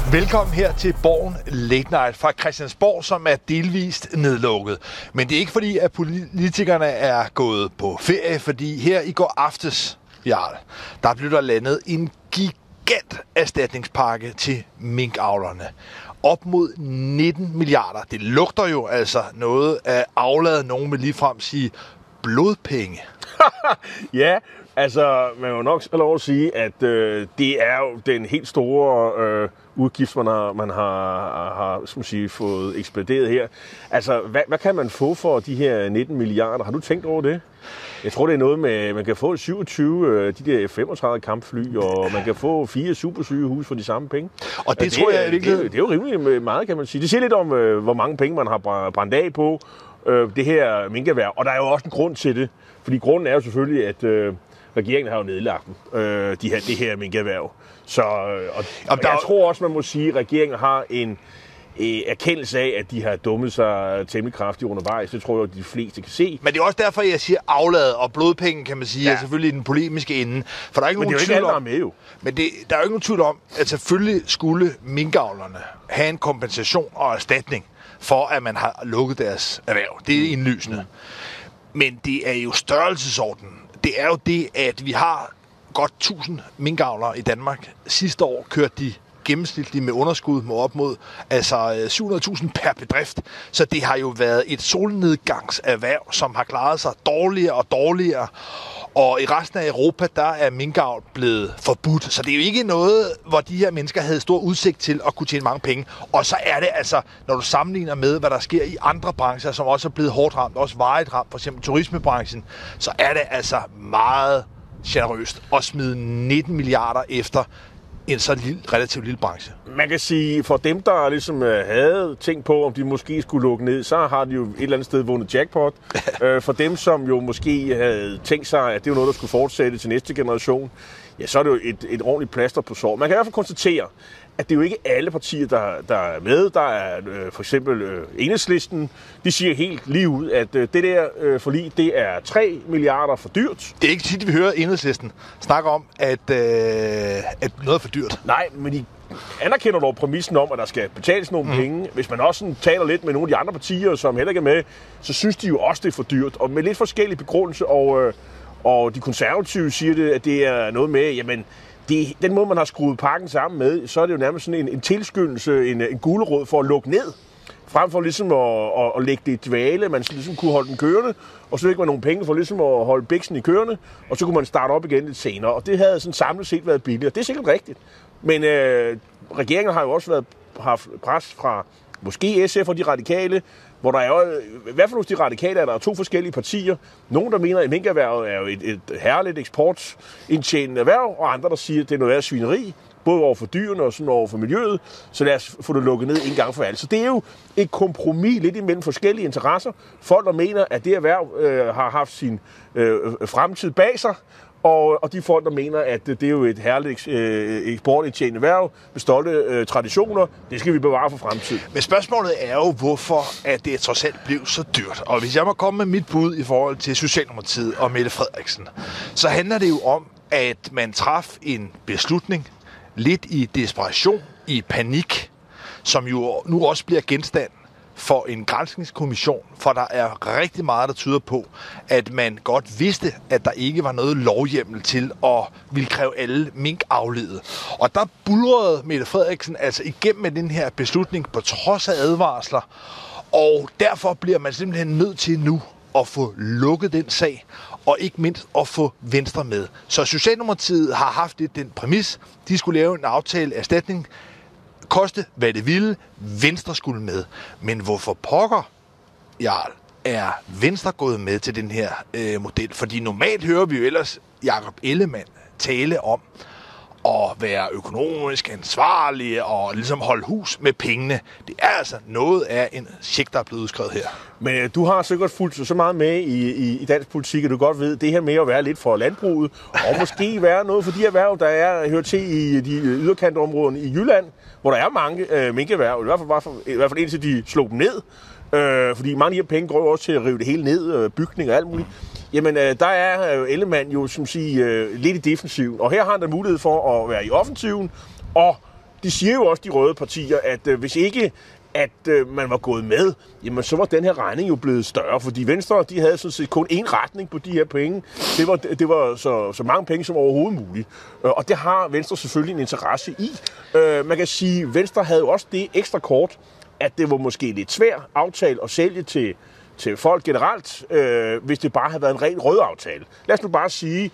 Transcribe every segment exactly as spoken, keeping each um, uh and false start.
Velkommen her til Borgen Late Night fra Christiansborg, som er delvist nedlukket. Men det er ikke fordi, at politikerne er gået på ferie, fordi her i går aftes, Jarl, der blev der landet en gigant erstatningspakke til minkavlerne. Op mod nitten milliarder. Det lugter jo altså noget af afladet, nogen vil ligefrem sige blodpenge. Ja, altså man må nok have lov at sige, at øh, det er jo den helt store øh, udgift, man har, man har, har skal man sige, fået ekspederet her. Altså, hvad, hvad kan man få for de her nitten milliarder? Har du tænkt over det? Jeg tror, det er noget med, man kan få syvogtyve øh, de der F femogtredive kampfly, og man kan få fire supersygehus for de samme penge. Og det, det tror jeg virkelig... Det, det er jo rimelig meget, kan man sige. Det siger lidt om, øh, hvor mange penge man har brændt af på øh, det her minkerhverv. Og der er jo også en grund til det. Fordi grunden er jo selvfølgelig, at øh, regeringen har jo nedlagt dem, øh, de her, det her minkerhverv. Så øh, og, og jeg er... tror også, man må sige, at regeringen har en øh, erkendelse af, at de har dummet sig temmelig kraftigt undervejs. Det tror jeg, at de fleste kan se. Men det er også derfor, jeg siger afladet, og blodpenge, kan man sige, ja. Er selvfølgelig i den polemiske ende. For der er ikke men nogen det er jo tvivl ikke om, med jo. Men det, der er jo ikke nogen tvivl om, at selvfølgelig skulle minkavlerne have en kompensation og erstatning for, at man har lukket deres erhverv. Det er indlysende. Mm. Men det er jo størrelsesordenen. Det er jo det, at vi har godt tusind minkavlere i Danmark. Sidste år kørte de gennemsnitligt med underskud med op mod altså syv hundrede tusind per bedrift. Så det har jo været et solnedgangserhverv, som har klaret sig dårligere og dårligere. Og i resten af Europa, der er minkavl blevet forbudt. Så det er jo ikke noget, hvor de her mennesker havde stor udsigt til at kunne tjene mange penge. Og så er det altså, når du sammenligner med, hvad der sker i andre brancher, som også er blevet hårdt ramt, også varigt ramt, for eksempel turismebranchen, så er det altså meget generøst at smide nitten milliarder efter en så lille, relativt lille branche. Man kan sige, for dem, der ligesom havde tænkt på, om de måske skulle lukke ned, så har de jo et eller andet sted vundet jackpot. For dem, som jo måske havde tænkt sig, at det var noget, der skulle fortsætte til næste generation, ja, så er det jo et, et ordentligt plaster på sår. Man kan i hvert fald konstatere, at det er jo ikke alle partier, der, der er med. Der er øh, for eksempel øh, Enhedslisten. De siger helt lige ud, at øh, det der øh, forlig, det er tre milliarder for dyrt. Det er ikke tit, vi hører Enhedslisten snakke om, at, øh, at noget er for dyrt. Nej, men de anerkender dog præmissen om, at der skal betales nogle mm. penge. Hvis man også sådan taler lidt med nogle af de andre partier, som heller ikke er med, så synes de jo også, det er for dyrt. Og med lidt forskellige begrundelser, og, øh, og de konservative siger det, at det er noget med, jamen, det, den måde, man har skruet pakken sammen med, så er det jo nærmest sådan en, en tilskyndelse, en, en gulerod for at lukke ned, frem for ligesom at, at, at lægge det i dvale. Man skulle ligesom kunne holde den kørende, og så fik man nogle penge for ligesom at holde biksen i kørende, og så kunne man starte op igen lidt senere. Og det havde sådan samlet set været billigere. Det er sikkert rigtigt. Men øh, regeringen har jo også været, haft pres fra måske S F og de radikale, hvor der er jo, i hvert fald hos de radikale, er der to forskellige partier. Nogle, der mener, at minkerhvervet er jo et, et herligt eksportindtjenende erhverv, og andre, der siger, at det er noget af svineri, både over for dyrene og sådan over for miljøet, så lad os få det lukket ned en gang for alt. Så det er jo et kompromis lidt imellem forskellige interesser. Folk, der mener, at det erhverv øh, har haft sin øh, fremtid bag sig, Og, og de folk, der mener, at det er jo et herligt øh, eksportindtjenende erhverv med stolte øh, traditioner, det skal vi bevare for fremtiden. Men spørgsmålet er jo, hvorfor at det trods alt blev så dyrt. Og hvis jeg må komme med mit bud i forhold til Socialdemokratiet og Mette Frederiksen, så handler det jo om, at man traf en beslutning lidt i desperation, i panik, som jo nu også bliver genstand for en granskningskommission, for der er rigtig meget, der tyder på, at man godt vidste, at der ikke var noget lovhjemmel til at ville kræve alle mink aflivet. Og der bulrede Mette Frederiksen altså igennem med den her beslutning på trods af advarsler, og derfor bliver man simpelthen nødt til nu at få lukket den sag, og ikke mindst at få Venstre med. Så Socialdemokratiet har haft lidt den præmis, de skulle lave en aftale erstatning, koste hvad det ville, Venstre skulle med. Men hvorfor pokker, Jarl, er Venstre gået med til den her øh, model? Fordi normalt hører vi jo ellers Jakob Ellemann tale om at være økonomisk ansvarlig og ligesom holde hus med pengene. Det er altså noget af en check, der er blevet udskrevet her. Men øh, du har sikkert fulgt så meget med i, i, i dansk politik, at du godt ved, det her med at være lidt for landbruget, og måske være noget for de erhverv, der er hørt til i de yderkantområderne i Jylland, hvor der er mange øh, minkerhverv, i hvert fald, for, i hvert fald indtil de slog dem ned. Øh, fordi mange af de her penge går også til at rive det hele ned, øh, bygning og alt muligt. Jamen, øh, der er øh, Ellemann jo, som siger, øh, lidt i defensiven. Og her har han da mulighed for at være i offensiven og de siger jo også, de røde partier, at øh, hvis ikke at øh, man var gået med, jamen så var den her regning jo blevet større, fordi Venstre, de havde sådan set kun én retning på de her penge. Det var, det var så, så mange penge som overhovedet muligt. Øh, og det har Venstre selvfølgelig en interesse i. Øh, man kan sige, at Venstre havde jo også det ekstra kort, at det var måske lidt svært aftale at sælge til, til folk generelt, øh, hvis det bare havde været en ren rød aftale. Lad os nu bare sige,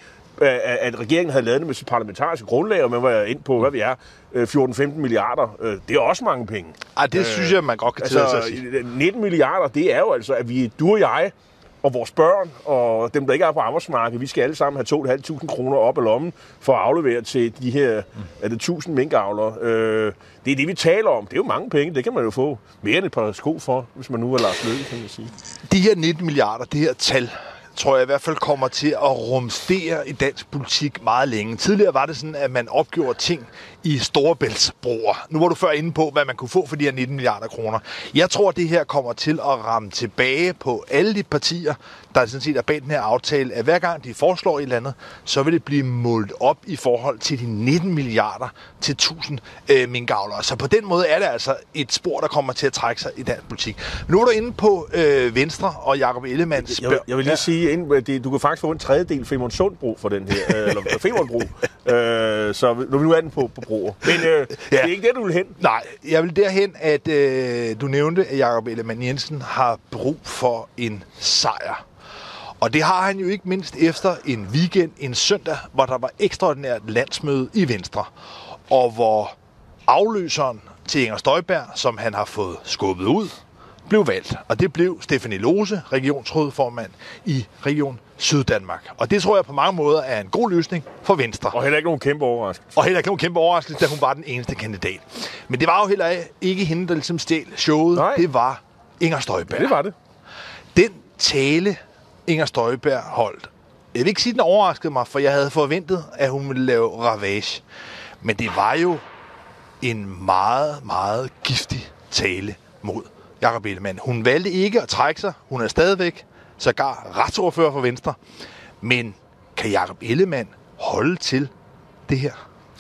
at regeringen havde lavet det med sit parlamentariske grundlag, og man var ind på, hvad vi er, fjorten femten milliarder. Det er også mange penge. Ej, det øh, synes jeg, man godt kan tillade sig at sige. nitten milliarder, det er jo altså, at vi, du og jeg, og vores børn, og dem, der ikke er på arbejdsmarkedet, vi skal alle sammen have to tusind fem hundrede kroner op af lommen for at aflevere til de her mm. er det tusind minkavlere. Øh, det er det, vi taler om. Det er jo mange penge. Det kan man jo få mere end et par sko for, hvis man nu er Lars Løkke, kan man sige. De her nitten milliarder, det her tal, tror jeg i hvert fald kommer til at rumstere i dansk politik meget længe. Tidligere var det sådan, at man opgjorde ting i storebæltsbroer. Nu var du før inde på, hvad man kunne få for de her nitten milliarder kroner. Jeg tror, at det her kommer til at ramme tilbage på alle de partier, der sådan set er bag den her aftale, at hver gang de foreslår et eller andet, så vil det blive målt op i forhold til de nitten milliarder til tusind øh, minkavlere. Så på den måde er det altså et spor, der kommer til at trække sig i dansk politik. Nu er du inde på øh, Venstre og Jakob Ellemann. Jeg, jeg, jeg vil lige ja. sige, at du kan faktisk få en tredjedel Femern-Sund-bro for den her, eller Femern-bro. øh, så nu er vi nu anden på, på broer. Men øh, ja. det er ikke det, du vil hen. Nej, jeg vil derhen, at øh, du nævnte, at Jakob Ellemann Jensen har brug for en sejr. Og det har han jo ikke mindst efter en weekend, en søndag, hvor der var ekstraordinært landsmøde i Venstre. Og hvor afløseren til Inger Støjberg, som han har fået skubbet ud, blev valgt. Og det blev Stephanie Lose, regionsrådsformand i Region Syddanmark. Og det tror jeg på mange måder er en god løsning for Venstre. Og heller ikke nogen kæmpe overraskelse. Og heller ikke nogen kæmpe overraskelse, da hun var den eneste kandidat. Men det var jo heller ikke hende, der ligesom stjal showet. Nej. Det var Inger Støjberg. Ja, det var det. Den tale, Inger Støjberg holdt. Jeg vil ikke sige, at den overraskede mig, for jeg havde forventet, at hun ville lave ravage. Men det var jo en meget, meget giftig tale mod Jakob Ellemann. Hun valgte ikke at trække sig. Hun er stadigvæk sågar retsordfører for Venstre. Men kan Jakob Ellemann holde til det her?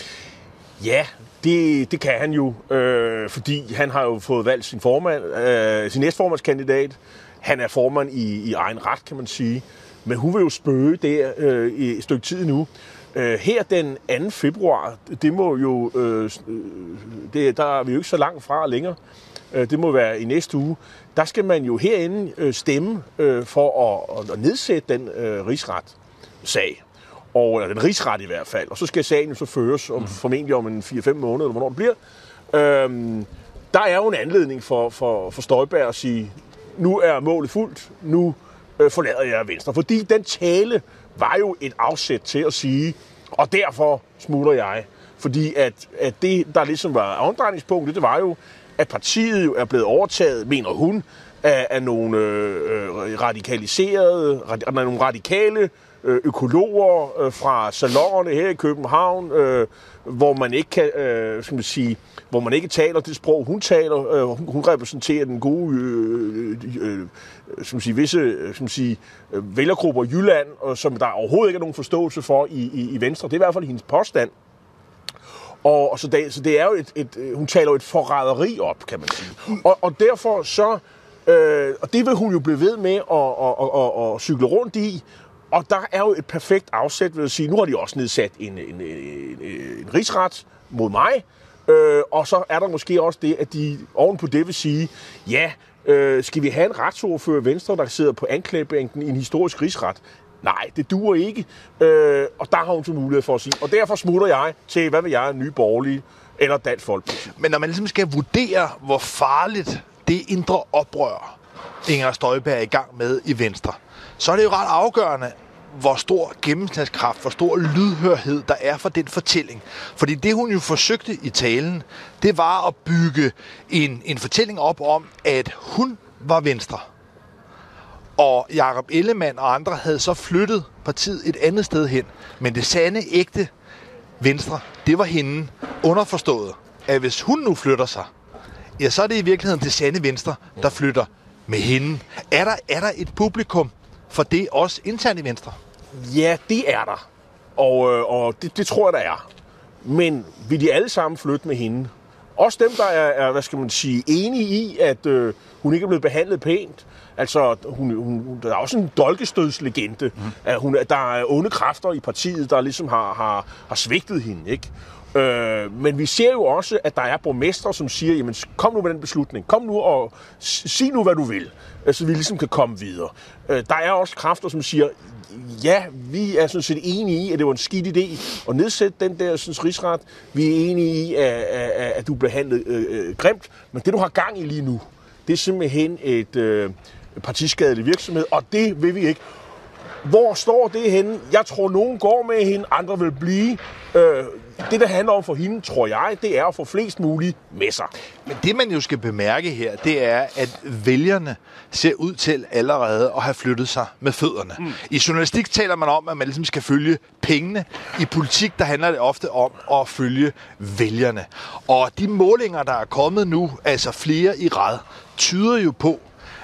Ja, det, det kan han jo, øh, fordi han har jo fået valgt sin formand, øh, sin næstformandskandidat. Han er formand i, i egen ret, kan man sige. Men hun vil jo spøge der øh, i et stykke tid nu. Øh, her den anden februar, det må jo, øh, det, der er vi jo ikke så langt fra længere. Øh, det må være i næste uge. Der skal man jo herinde øh, stemme øh, for at, at nedsætte den øh, rigsret-sag. Og, eller den rigsret i hvert fald. Og så skal sagen jo så føres om, formentlig om en fire fem måneder, eller hvornår det bliver. Øh, der er jo en anledning for, for, for Støjberg at sige, nu er målet fuldt, nu øh, forlader jeg Venstre. Fordi den tale var jo et afsæt til at sige, og derfor smutter jeg. Fordi at, at det, der ligesom var afdrejningspunktet, det var jo, at partiet jo er blevet overtaget, mener hun, af, af nogle øh, radikaliserede, rad, nogle radikale øh, økologer øh, fra salonerne her i København, øh, hvor man ikke kan, øh, skal man sige, hvor man ikke taler det sprog, hun taler. Øh, hun, hun repræsenterer den gode, øh, øh, skal man sige, visse skal man sige, vælgergrupper i Jylland, og som der overhovedet ikke er nogen forståelse for i, i, i Venstre. Det er i hvert fald hendes påstand. Og, og så, det, så det er jo et, et, hun taler jo et forræderi op, kan man sige. Og, og derfor så, øh, og det vil hun jo blive ved med at, at, at, at, at cykle rundt i. Og der er jo et perfekt afsæt ved at sige, nu har de også nedsat en, en, en, en rigsret mod mig. Øh, og så er der måske også det, at de ovenpå det vil sige, ja, øh, skal vi have en retsordfører Venstre, der sidder på anklagebænken i en historisk rigsret? Nej, det duer ikke. Øh, og der har hun så mulighed for at sige. Og derfor smutter jeg til, hvad vil jeg, Nye Borgerlige eller Dansk Folkeparti. Men når man ligesom skal vurdere, hvor farligt det indre oprør, Inger Støjberg er i gang med i Venstre, så er det jo ret afgørende, hvor stor gennemslagskraft, hvor stor lydhørhed der er for den fortælling. Fordi det, hun jo forsøgte i talen, det var at bygge en, en fortælling op om, at hun var Venstre. Og Jakob Ellemann og andre havde så flyttet partiet et andet sted hen. Men det sande, ægte Venstre, det var hende underforstået, at hvis hun nu flytter sig, ja, så er det i virkeligheden det sande Venstre, der flytter med hende. Er der, er der et publikum for det også internt i Venstre? Ja, det er der. Og, og det, det tror jeg, der er. Men vil de alle sammen flytte med hende? Også dem, der er, er hvad skal man sige, enige i, at øh, hun ikke er blevet behandlet pænt. Altså, hun, hun, der er også en dolkestødslegende. Mm. At hun, der er onde kræfter i partiet, der ligesom har, har, har svigtet hende, ikke? Øh, men vi ser jo også, at der er borgmestre, som siger, jamen, kom nu med den beslutning. Kom nu og sig nu, hvad du vil, så vi ligesom kan komme videre. Øh, der er også kræfter, som siger, ja, vi er sådan set enige i, at det var en skidt idé at nedsætte den der sådan, rigsret. Vi er enige i, at, at, at du bliver behandlet øh, grimt, men det, du har gang i lige nu, det er simpelthen et øh, partiskadelig virksomhed, og det vil vi ikke. Hvor står det henne? Jeg tror, nogen går med hende, andre vil blive. Øh, det, der handler om for hende, tror jeg, det er at få flest mulige med sig. Men det, man jo skal bemærke her, det er, at vælgerne ser ud til allerede at have flyttet sig med fødderne. Mm. I journalistik taler man om, at man ligesom skal følge pengene. I politik, der handler det ofte om at følge vælgerne. Og de målinger, der er kommet nu, altså flere i rad, tyder jo på,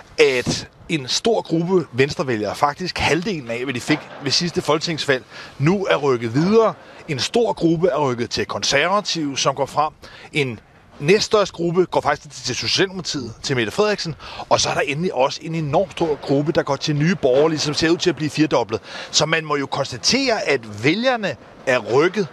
at en stor gruppe venstrevælgere, faktisk halvdelen af, hvad de fik ved sidste folketingsvalg, nu er rykket videre. En stor gruppe er rykket til konservative, som går frem. En næststørste gruppe går faktisk til Socialdemokratiet, til Mette Frederiksen. Og så er der endelig også en enormt stor gruppe, der går til Nye Borgerlige, som ser ud til at blive firedoblet. Så man må jo konstatere, at vælgerne er rykket.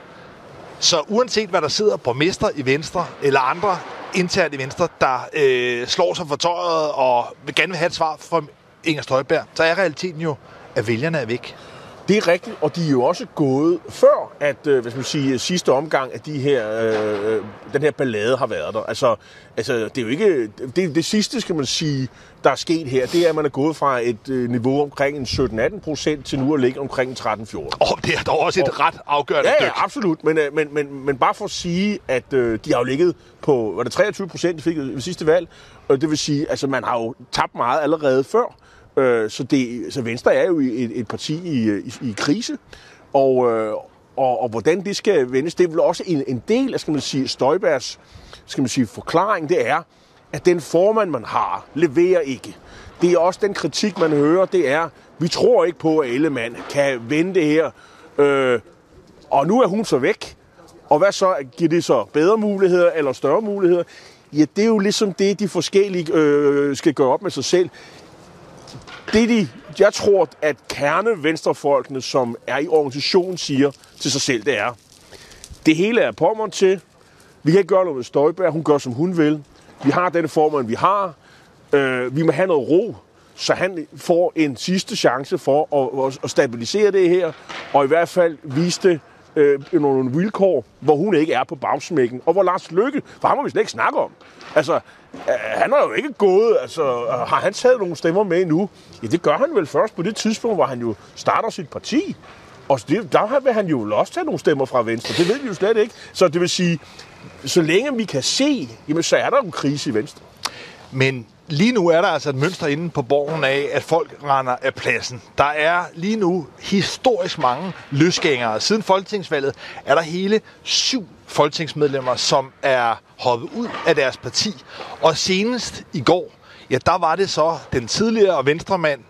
Så uanset hvad der sidder borgmester i Venstre eller andre internt i Venstre, der øh, slår sig for tøjet og vil gerne vil have et svar fra Inger Støjberg, så er realiteten jo, at vælgerne er væk. Det er rigtigt, og de er jo også gået før, at øh, hvad skal man sige, sidste omgang, at de her, øh, den her ballade har været der. Altså, altså det er jo ikke det, det sidste, skal man sige, der er sket her, det er, at man er gået fra et øh, niveau omkring en sytten atten procent til nu at ligge omkring tretten fjorten. Åh, oh, det er dog også et og, ret afgørende ja, ja, absolut, men, men, men, men bare for at sige, at øh, de har jo ligget på, var det treogtyve procent, de fik ved sidste valg, og det vil sige, altså man har jo tabt meget allerede før. Så, det, så Venstre er jo et, et parti i, i, i krise, og, og, og hvordan det skal vendes, det er vel også en, en del af, skal man sige, Støjbergs, skal man sige, forklaring, det er, at den formand, man har, leverer ikke. Det er også den kritik, man hører, det er, vi tror ikke på, at Ellemann kan vende det her, øh, og nu er hun så væk, og hvad så, giver det så bedre muligheder eller større muligheder? Ja, det er jo ligesom det, de forskellige øh, skal gøre op med sig selv. Det de, jeg tror, at kernevenstrefolkene, som er i organisationen, siger til sig selv, det er, det hele er påmånd til. Vi kan ikke gøre noget med Støjberg. Hun gør, som hun vil. Vi har den formand, vi har. Øh, vi må have noget ro, så han får en sidste chance for at, at stabilisere det her, og i hvert fald vise det øh, nogle vilkår, hvor hun ikke er på bagsmækken, og hvor Lars Løkke, for ham må vi slet ikke snakke om. Altså, øh, han har jo ikke gået, altså, har han taget nogle stemmer med endnu? Ja, det gør han vel først på det tidspunkt, hvor han jo starter sit parti. Og det, der vil han jo også tage nogle stemmer fra Venstre. Det ved vi jo slet ikke. Så det vil sige, så længe vi kan se, jamen, så er der en krise i Venstre. Men lige nu er der altså et mønster inde på Borgen af, at folk render af pladsen. Der er lige nu historisk mange løsgængere. Siden folketingsvalget er der hele syv folketingsmedlemmer, som er hoppet ud af deres parti. Og senest i går, ja, der var det så den tidligere venstremand,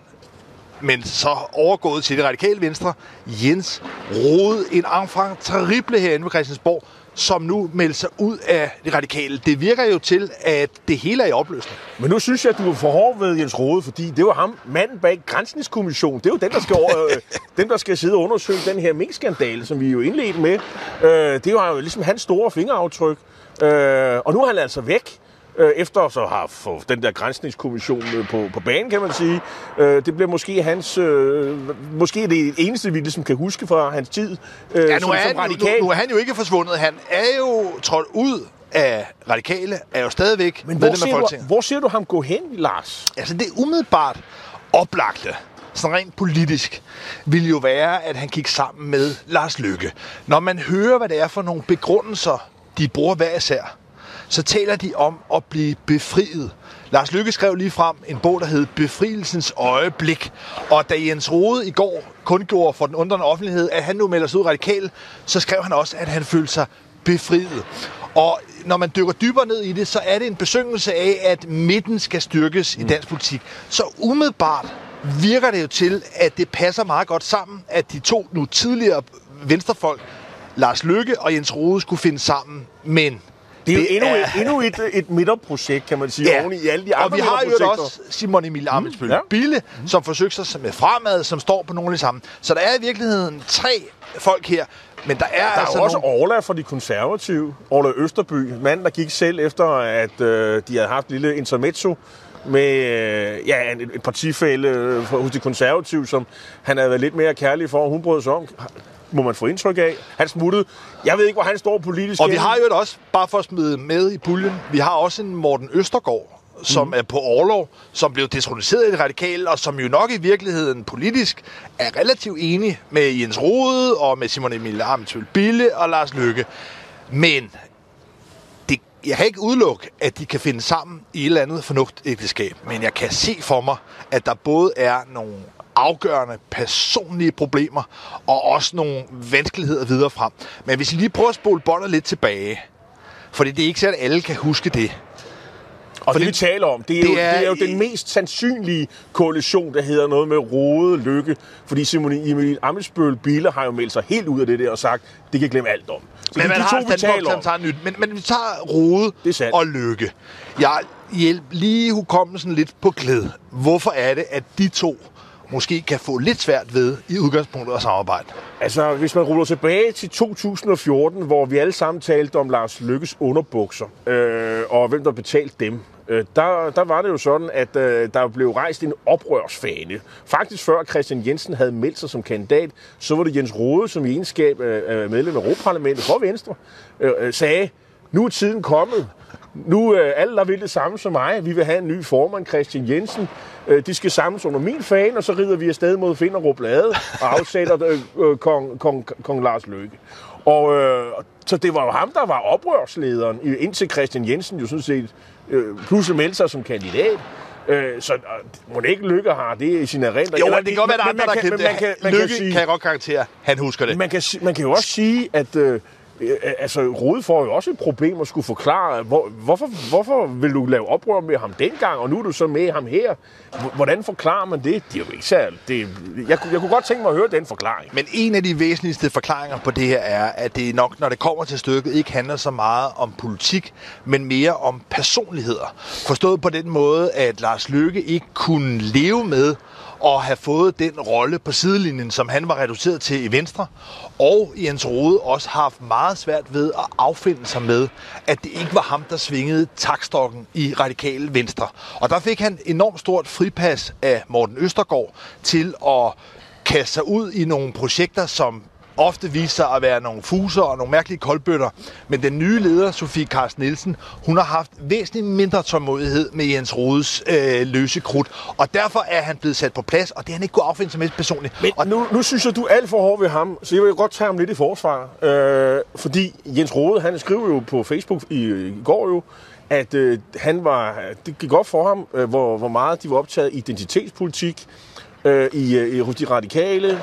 men så overgået til det radikale Venstre, Jens Rohde, en enfant terrible herinde ved Christiansborg, som nu melder sig ud af det radikale. Det virker jo til, at det hele er i opløsning. Men nu synes jeg, at du er for hård ved Jens Rohde, fordi det var ham, manden bag Granskningskommissionen. Det er jo den, der skal, over, øh, den, der skal sidde og undersøge den her minkskandale, som vi jo indledte med. Øh, det var jo ligesom hans store fingeraftryk. Øh, og nu er han altså væk. Efter så har fået den der granskningskommission på, på banen, kan man sige. Det bliver måske hans, øh, måske det eneste, vi ligesom kan huske fra hans tid. Øh, ja, nu er, han, nu, nu, nu er han jo ikke forsvundet. Han er jo trådt ud af radikale, er jo stadigvæk Men hvor ser, du, hvor ser du ham gå hen, Lars? Altså, det er umiddelbart oplagte, sådan rent politisk, vil jo være, at han gik sammen med Lars Løkke. Når man hører, hvad det er for nogle begrundelser, de bruger hver især, så taler de om at blive befriet. Lars Løkke skrev lige frem en bog, der hed Befrielsens øjeblik. Og da Jens Rohde i går kundgjorde for den undrende offentlighed, at han nu melder sig ud radikal, så skrev han også, at han følte sig befriet. Og når man dykker dybere ned i det, så er det en besyngelse af, at midten skal styrkes mm. i dansk politik. Så umiddelbart virker det jo til, at det passer meget godt sammen, at de to nu tidligere venstrefolk Lars Løkke og Jens Rohde skulle finde sammen, men... Det er jo det endnu, er... et, endnu et, et midterprojekt, kan man sige, ja. Oven i alle de andre og vi har jo også Simon Emil Ammitzbøll mm, ja. Bille, mm. som forsøgte sig med Fremad, som står på nogle af de samme. Så der er i virkeligheden tre folk her, men der er der altså er også nogle... Orla fra de konservative, Orla Østerby, manden, der gik selv efter, at øh, de havde haft et lille intermezzo med øh, ja, et, et partifælle øh, hos de konservative, som han havde været lidt mere kærlig for, og hun brød sig om. Må man få indtryk af. Han smuttede. Jeg ved ikke, hvor han står politisk. Og vi har jo også, bare for at smide med i puljen, vi har også en Morten Østergaard, som mm. er på orlov, som blev detroniseret i det radikale, og som jo nok i virkeligheden politisk er relativt enig med Jens Rohde og med Simon Emil Ammitzbøll Bille og Lars Løkke. Men det, jeg kan ikke udelukke, at de kan finde sammen i et eller andet fornuftsægteskab. Men jeg kan se for mig, at der både er nogle afgørende personlige problemer, og også nogle vanskeligheder videre frem. Men hvis I lige prøver at spole båndet lidt tilbage, fordi det er ikke så, at alle kan huske det. Og fordi det, vi taler om, det er, det, jo, er, det er jo den mest sandsynlige koalition, der hedder noget med Rohde Løkke, fordi Simon Emil Ammitzbøll Bille har jo meldt sig helt ud af det der og sagt, det kan glemme alt om. Så men det, man de har to, vi taler om. Tager nyt. Men, men vi tager Rohde og Løkke. Jeg hjælper lige hukommelsen lidt på glæde. Hvorfor er det, at de to måske kan få lidt svært ved i udgangspunktet at samarbejde? Altså, hvis man ruller tilbage til to tusind og fjorten, hvor vi alle sammen talte om Lars Løkkes underbukser, øh, og hvem der betalte dem, øh, der, der var det jo sådan, at øh, der blev rejst en oprørsfane. Faktisk før Kristian Jensen havde meldt sig som kandidat, så var det Jens Rohde, som i egenskab af medlem af Europaparlamentet for Venstre, øh, sagde, nu er tiden kommet. Nu er alle, der vil det samme som mig. Vi vil have en ny formand, Kristian Jensen. De skal samles under min fane, og så rider vi afsted mod Finderup Lade og afsætter øh, kong, kong, kong Lars Løkke. Og øh, så det var jo ham, der var oprørslederen, indtil Kristian Jensen jo sådan set øh, pludselig meldte sig som kandidat. Øh, så øh, må det ikke Løkke har det i sine erindringer. Jo, men det kan godt være, der andre, der kan det. Løkke kan, kan jeg godt karaktere. Han husker det. Man kan, man kan jo også sige, at... Øh, Altså, Rohde får jo også et problem at skulle forklare, hvor, hvorfor, hvorfor vil du lave oprør med ham dengang, og nu er du så med ham her? Hvordan forklarer man det? Det er jo ikke særligt. Det, jeg, jeg kunne godt tænke mig at høre den forklaring. Men en af de væsentligste forklaringer på det her er, at det nok, når det kommer til stykket, ikke handler så meget om politik, men mere om personligheder. Forstået på den måde, at Lars Løkke ikke kunne leve med og have fået den rolle på sidelinjen, som han var reduceret til i Venstre, og Jens Rohde også har haft meget svært ved at affinde sig med, at det ikke var ham, der svingede taktstokken i Radikale Venstre. Og der fik han enormt stort fripas af Morten Østergaard til at kaste sig ud i nogle projekter, som ofte viser sig at være nogle fuser og nogle mærkelige koldbøtter. Men den nye leder, Sofie Carsten Nielsen, hun har haft væsentligt mindre tålmodighed med Jens Rohdes øh, løse krudt. Og derfor er han blevet sat på plads, og det har han ikke kunne affinde sig med personligt. Men og nu, nu synes jeg, du er alt for hård ved ham, så jeg vil godt tage ham lidt i forsvar. Øh, fordi Jens Rohde, han skriver jo på Facebook i, i går jo, at øh, han var, det gik op for ham, øh, hvor, hvor meget de var optaget identitetspolitik øh, i, øh, hos de radikale.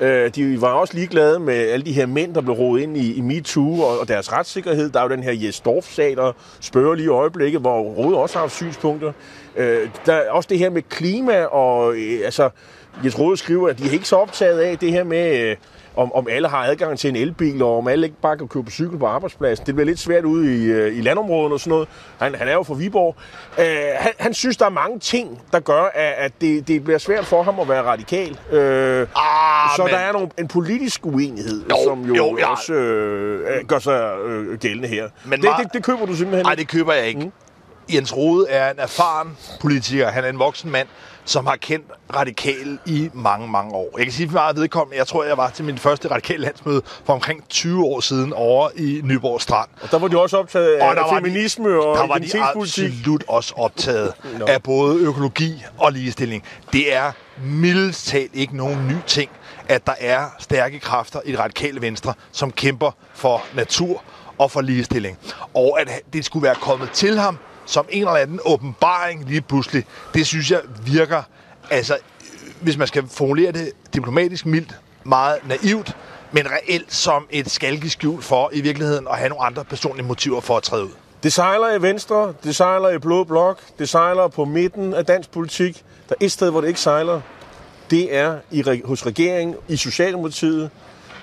De var også ligeglade med alle de her mænd, der blev rodet ind i, i MeToo og, og deres retssikkerhed. Der er jo den her Jes Dorf-sag, der spørger lige i øjeblikket, hvor Rohde også har haft synspunkter. Øh, der er også det her med klima, og øh, altså, Jens Rohde skriver, at de er ikke så optaget af det her med, øh, om, om alle har adgang til en elbil, og om alle ikke bare kan købe cykel på arbejdspladsen. Det bliver lidt svært ude i, øh, i landområderne og sådan noget. Han, han er jo fra Viborg. Øh, han, han synes, der er mange ting, der gør, at, at det, det bliver svært for ham at være radikal. Øh, ah, så men... der er nogle, en politisk uenighed, jo, som jo, jo ja. også øh, gør sig øh, gældende her. Men det, det, det køber du simpelthen? Nej, det køber jeg ikke. Mm. Jens Rohde er en erfaren politiker. Han er en voksen mand, som har kendt radikal i mange, mange år. Jeg kan sige meget vedkommende. Jeg tror, jeg var til min første radikale landsmøde for omkring tyve år siden over i Nyborg Strand. Og der var de også optaget af og feminisme de, og identitetspolitik. Der var de absolut også optaget no. af både økologi og ligestilling. Det er mildest talt ikke nogen ny ting, at der er stærke kræfter i det radikale Venstre, som kæmper for natur og for ligestilling. Og at det skulle være kommet til ham som en eller anden åbenbaring lige pludselig, det synes jeg virker, altså, hvis man skal formulere det diplomatisk mildt, meget naivt, men reelt som et skalkeskjul for i virkeligheden at have nogle andre personlige motiver for at træde ud. Det sejler i Venstre, det sejler i Blå Blok, det sejler på midten af dansk politik. Der er et sted, hvor det ikke sejler. Det er i, hos regeringen, i Socialdemokratiet.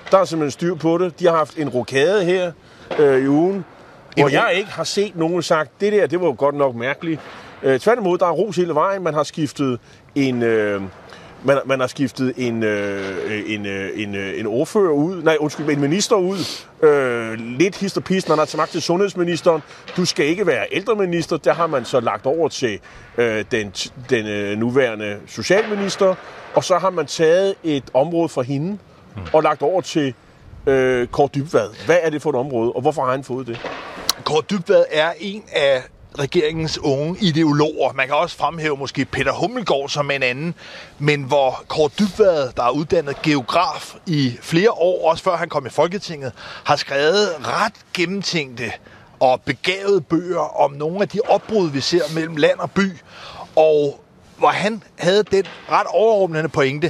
Der er simpelthen styr på det. De har haft en rokade her øh, i ugen, hvor jeg ikke har set nogen sagt, det der, det var jo godt nok mærkeligt. Øh, tværtimod, der er ros hele vejen. Man har skiftet en... Øh, Man, man har skiftet en, øh, en, øh, en, øh, en ordfører ud, nej, undskyld, en minister ud. Øh, lidt hist og pist, man har til magt til sundhedsministeren. Du skal ikke være ældreminister. Der har man så lagt over til øh, den, den øh, nuværende socialminister. Og så har man taget et område fra hende mm. og lagt over til øh, Kaare Dybvad. Hvad er det for et område, og hvorfor har han fået det? Kaare Dybvad er en af regeringens unge ideologer. Man kan også fremhæve måske Peter Hummelgaard som en anden, men hvor Kaare Dybvad, der er uddannet geograf i flere år, også før han kom i Folketinget, har skrevet ret gennemtænkte og begavede bøger om nogle af de opbrud, vi ser mellem land og by, og hvor han havde den ret overrumplende pointe,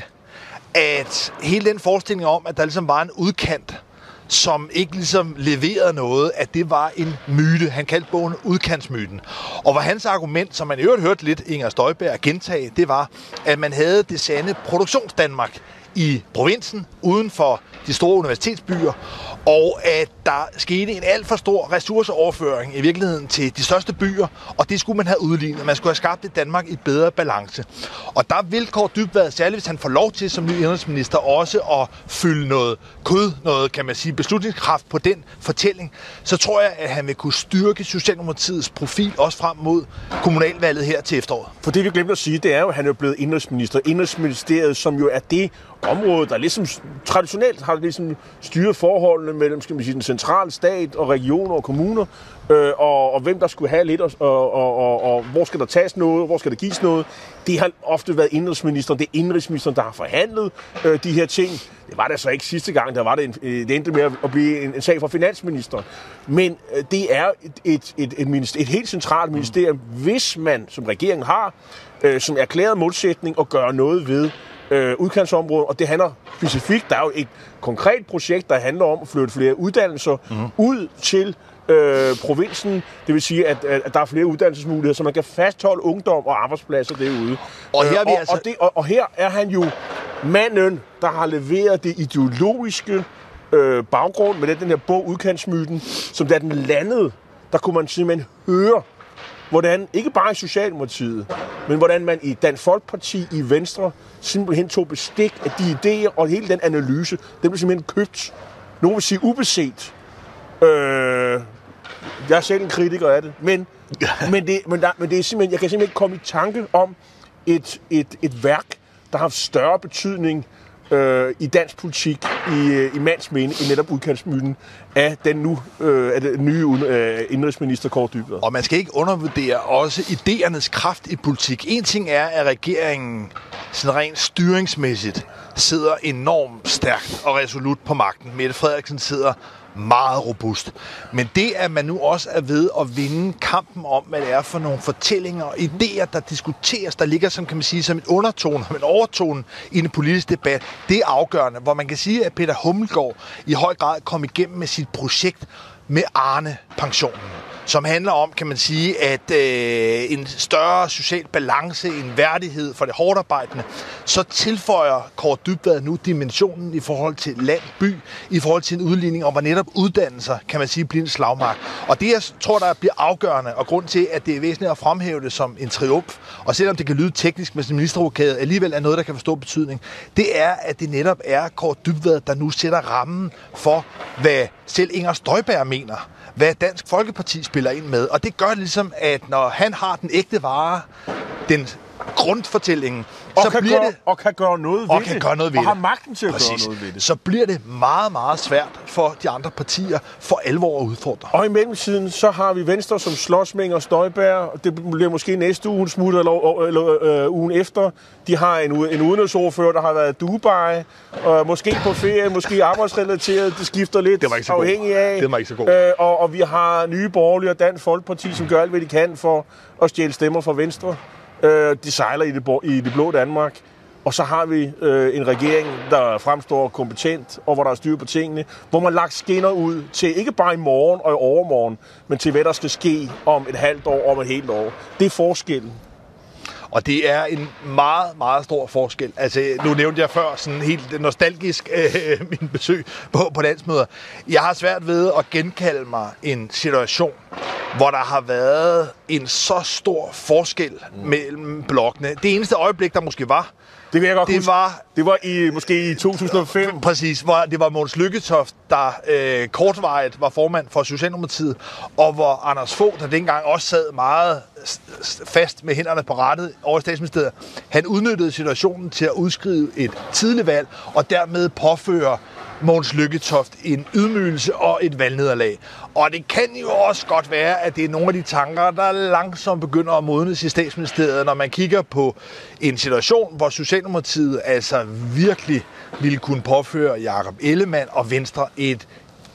at hele den forestilling om, at der ligesom var en udkant, som ikke ligesom leverede noget, at det var en myte. Han kaldte bogen udkantsmyten. Og hvor hans argument, som man i øvrigt hørte lidt Inger Støjberg gentage, det var, at man havde det sande produktionsdanmark i provinsen, uden for de store universitetsbyer, og at der skete en alt for stor ressourceoverføring i virkeligheden til de største byer, og det skulle man have udlignet. Man skulle have skabt et Danmark i bedre balance. Og der vil Kaare Dybvad, særligt hvis han får lov til som ny indrigsminister, også at fylde noget kød, noget, kan man sige, beslutningskraft på den fortælling, så tror jeg, at han vil kunne styrke Socialdemokratiets profil også frem mod kommunalvalget her til efteråret. For det vi glemte at sige, det er jo, at han er blevet indrigsminister. Indrigsministeriet, som jo er det område, der ligesom traditionelt har ligesom styret forholdene mellem, skal man sige, den centrale stat og regioner og kommuner, øh, og, og hvem der skulle have lidt, og, og, og, og hvor skal der tages noget, hvor skal der gives noget. Det har ofte været indrigsministeren, det er indrigsministeren, der har forhandlet øh, de her ting. Det var det så ikke sidste gang, der var det, en, det endte med at blive en, en sag for finansministeren. Men øh, det er et, et, et, et, et helt centralt ministerium, mm. hvis man som regeringen har, øh, som erklæret målsætning at gøre noget ved Øh, udkantsområdet, og det handler specifikt, der er jo et konkret projekt, der handler om at flytte flere uddannelser mm. ud til øh, provinsen. Det vil sige, at, at der er flere uddannelsesmuligheder, så man kan fastholde ungdom og arbejdspladser derude. Og her, øh, og, altså... og, det, og, og her er han jo manden, der har leveret det ideologiske øh, baggrund med den her bog, Udkantsmyten, som da den landede, der kunne man simpelthen høre, hvordan, ikke bare i Socialdemokratiet, men hvordan man i Dansk Folkeparti, i Venstre, simpelthen tog bestik af de idéer og hele den analyse, den blev simpelthen købt. Nogen vil sige ubeset. Øh, jeg er selv en kritiker af det, men, men, det, men, der, men det er simpelthen, jeg kan simpelthen ikke komme i tanke om et, et, et værk, der har haft større betydning øh, i dansk politik i, i mands mene, end netop udkantsmyten af den nu øh, af den nye øh, indrigsminister Kaare Dybvad. Og man skal ikke undervurdere også idéernes kraft i politik. En ting er, at regeringen sådan rent styringsmæssigt sidder enormt stærkt og resolut på magten. Mette Frederiksen sidder meget robust. Men det, at man nu også er ved at vinde kampen om, hvad det er for nogle fortællinger og idéer, der diskuteres, der ligger som, kan man sige, som en undertone, som en overtone i en politisk debat, det er afgørende. Hvor man kan sige, at Peter Hummelgaard i høj grad kom igennem med sit projekt med Arne-pensionen, som handler om, kan man sige, at øh, en større social balance, en værdighed for det hårdarbejdende, så tilføjer Kaare Dybvad nu dimensionen i forhold til land-by, i forhold til en udligning, og hvor netop uddannelser, kan man sige, bliver en slagmark. Og det, jeg tror, der bliver afgørende, og grund til, at det er væsentligt at fremhæve det som en triumf, og selvom det kan lyde teknisk med sin ministerrokade, alligevel er noget, der kan forstå betydning, det er, at det netop er Kaare Dybvad, der nu sætter rammen for, hvad selv Inger Støjberg mener, hvad Dansk Folkeparti spiller ind med. Og det gør ligesom, at når han har den ægte vare, den grundfortællingen, og så kan bliver gøre, det... Og kan gøre noget ved og det. Kan gøre noget ved og det. har magten til at Præcis. gøre noget ved det. Så bliver det meget, meget svært for de andre partier for alvor at udfordre. Og i mellemtiden, så har vi Venstre, som slås med Inger Støjberg. Det bliver måske næste uge smutter, eller, eller øh, ugen efter. De har en, en udenrigsordfører, der har været i Dubai. Øh, måske på ferie, måske arbejdsrelateret. Det skifter lidt, det var ikke så afhængig af. Det var ikke så god. Øh, og, og vi har Nye Borgerlige og Dansk Folkeparti, som gør alt, hvad de kan for at stjæle stemmer fra Venstre. Øh, de sejler i det, i det blå Danmark. Og så har vi øh, en regering, der fremstår kompetent, og hvor der er styr på tingene, hvor man lagt skinner ud til ikke bare i morgen og i overmorgen, men til hvad der skal ske om et halvt år, om et helt år. Det er forskellen. Og det er en meget, meget stor forskel. Altså, nu nævnte jeg før sådan helt nostalgisk øh, min besøg på, på landsmøder. Jeg har svært ved at genkalde mig en situation, hvor der har været en så stor forskel mm. mellem blokkene. Det eneste øjeblik, der måske var, det vil jeg godt det huske. var det var i måske i to tusind og fem. Præcis, hvor det var Mogens Lykketoft, der øh, kortvarigt var formand for Socialdemokratiet, og hvor Anders Fogh, der dengang også sad meget fast med hænderne på rattet over Statsministeriet, han udnyttede situationen til at udskrive et tidligt valg, og dermed påføre Mogens Lykketoft en ydmygelse og et valgnederlag. Og det kan jo også godt være, at det er nogle af de tanker, der langsomt begynder at modnes i Statsministeriet, når man kigger på en situation, hvor Socialdemokratiet altså virkelig ville kunne påføre Jakob Ellemann og Venstre et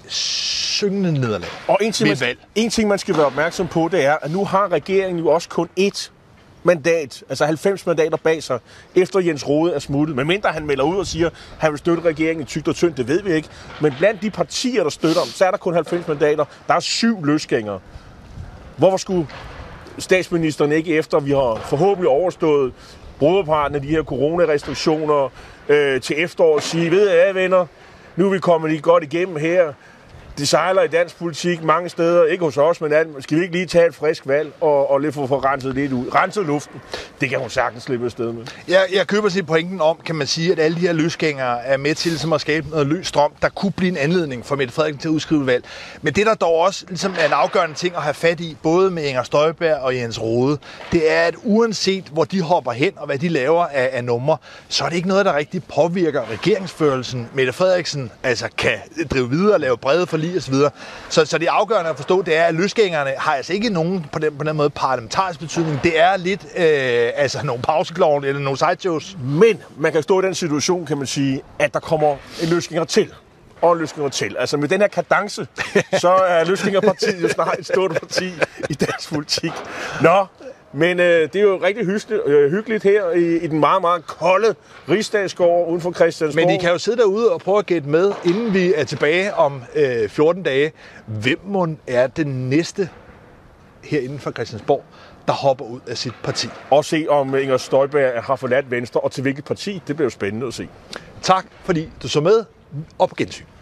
syngende nederlag. Og en ting, man, en ting, man skal være opmærksom på, det er, at nu har regeringen jo også kun ét mandat, altså halvfems mandater bag sig, efter Jens Rohde er smuttet. Men mindre han melder ud og siger, at han vil støtte regeringen i tykt og tyndt, det ved vi ikke. Men blandt de partier, der støtter ham, så er der kun halvfems mandater. Der er syv løsgængere. Hvorfor skulle statsministeren ikke, efter vi har forhåbentlig overstået broderparten af de her coronarestriktioner øh, til efteråret, sige, ved jeg, venner, nu er vi kommet lige godt igennem her. Det sejler i dansk politik mange steder, ikke hos os, men skal vi ikke lige tage et frisk valg og, og lidt få, få renset lidt ud? Renset luften, det kan hun sagtens slippe afsted med. Jeg, jeg køber sig pointen om, kan man sige, at alle de her løsgængere er med til ligesom at skabe noget løs strøm, der kunne blive en anledning for Mette Frederiksen til at udskrive valg. Men det, der dog også ligesom er en afgørende ting at have fat i, både med Inger Støjberg og Jens Rohde, det er, at uanset hvor de hopper hen og hvad de laver af, af numre, så er det ikke noget, der rigtig påvirker regeringsførelsen. Mette Frederiksen altså kan drive videre og lave brede forlig og så videre. Så, så det afgørende at forstå, det er, at løsgængerne har altså ikke nogen på den, på den måde parlamentarisk betydning. Det er lidt øh, altså nogle pauseklovne eller nogle sideshows. Men man kan stå i den situation, kan man sige, at der kommer en løsgænger til. Og en løsgænger til. Altså med den her kadence, så er løsgængerpartiet jo snart et stort parti i dansk politik. Nå, men øh, det er jo rigtig hyggeligt, øh, hyggeligt her i, i den meget, meget kolde Rigsdagsgård uden for Christiansborg. Men I kan jo sidde derude og prøve at gætte med, inden vi er tilbage om øh, fjorten dage. Hvem mon er det næste her inden for Christiansborg, der hopper ud af sit parti? Og se, om Inger Støjberg har forladt Venstre, og til hvilket parti. Det bliver jo spændende at se. Tak, fordi du så med, og på gensyn.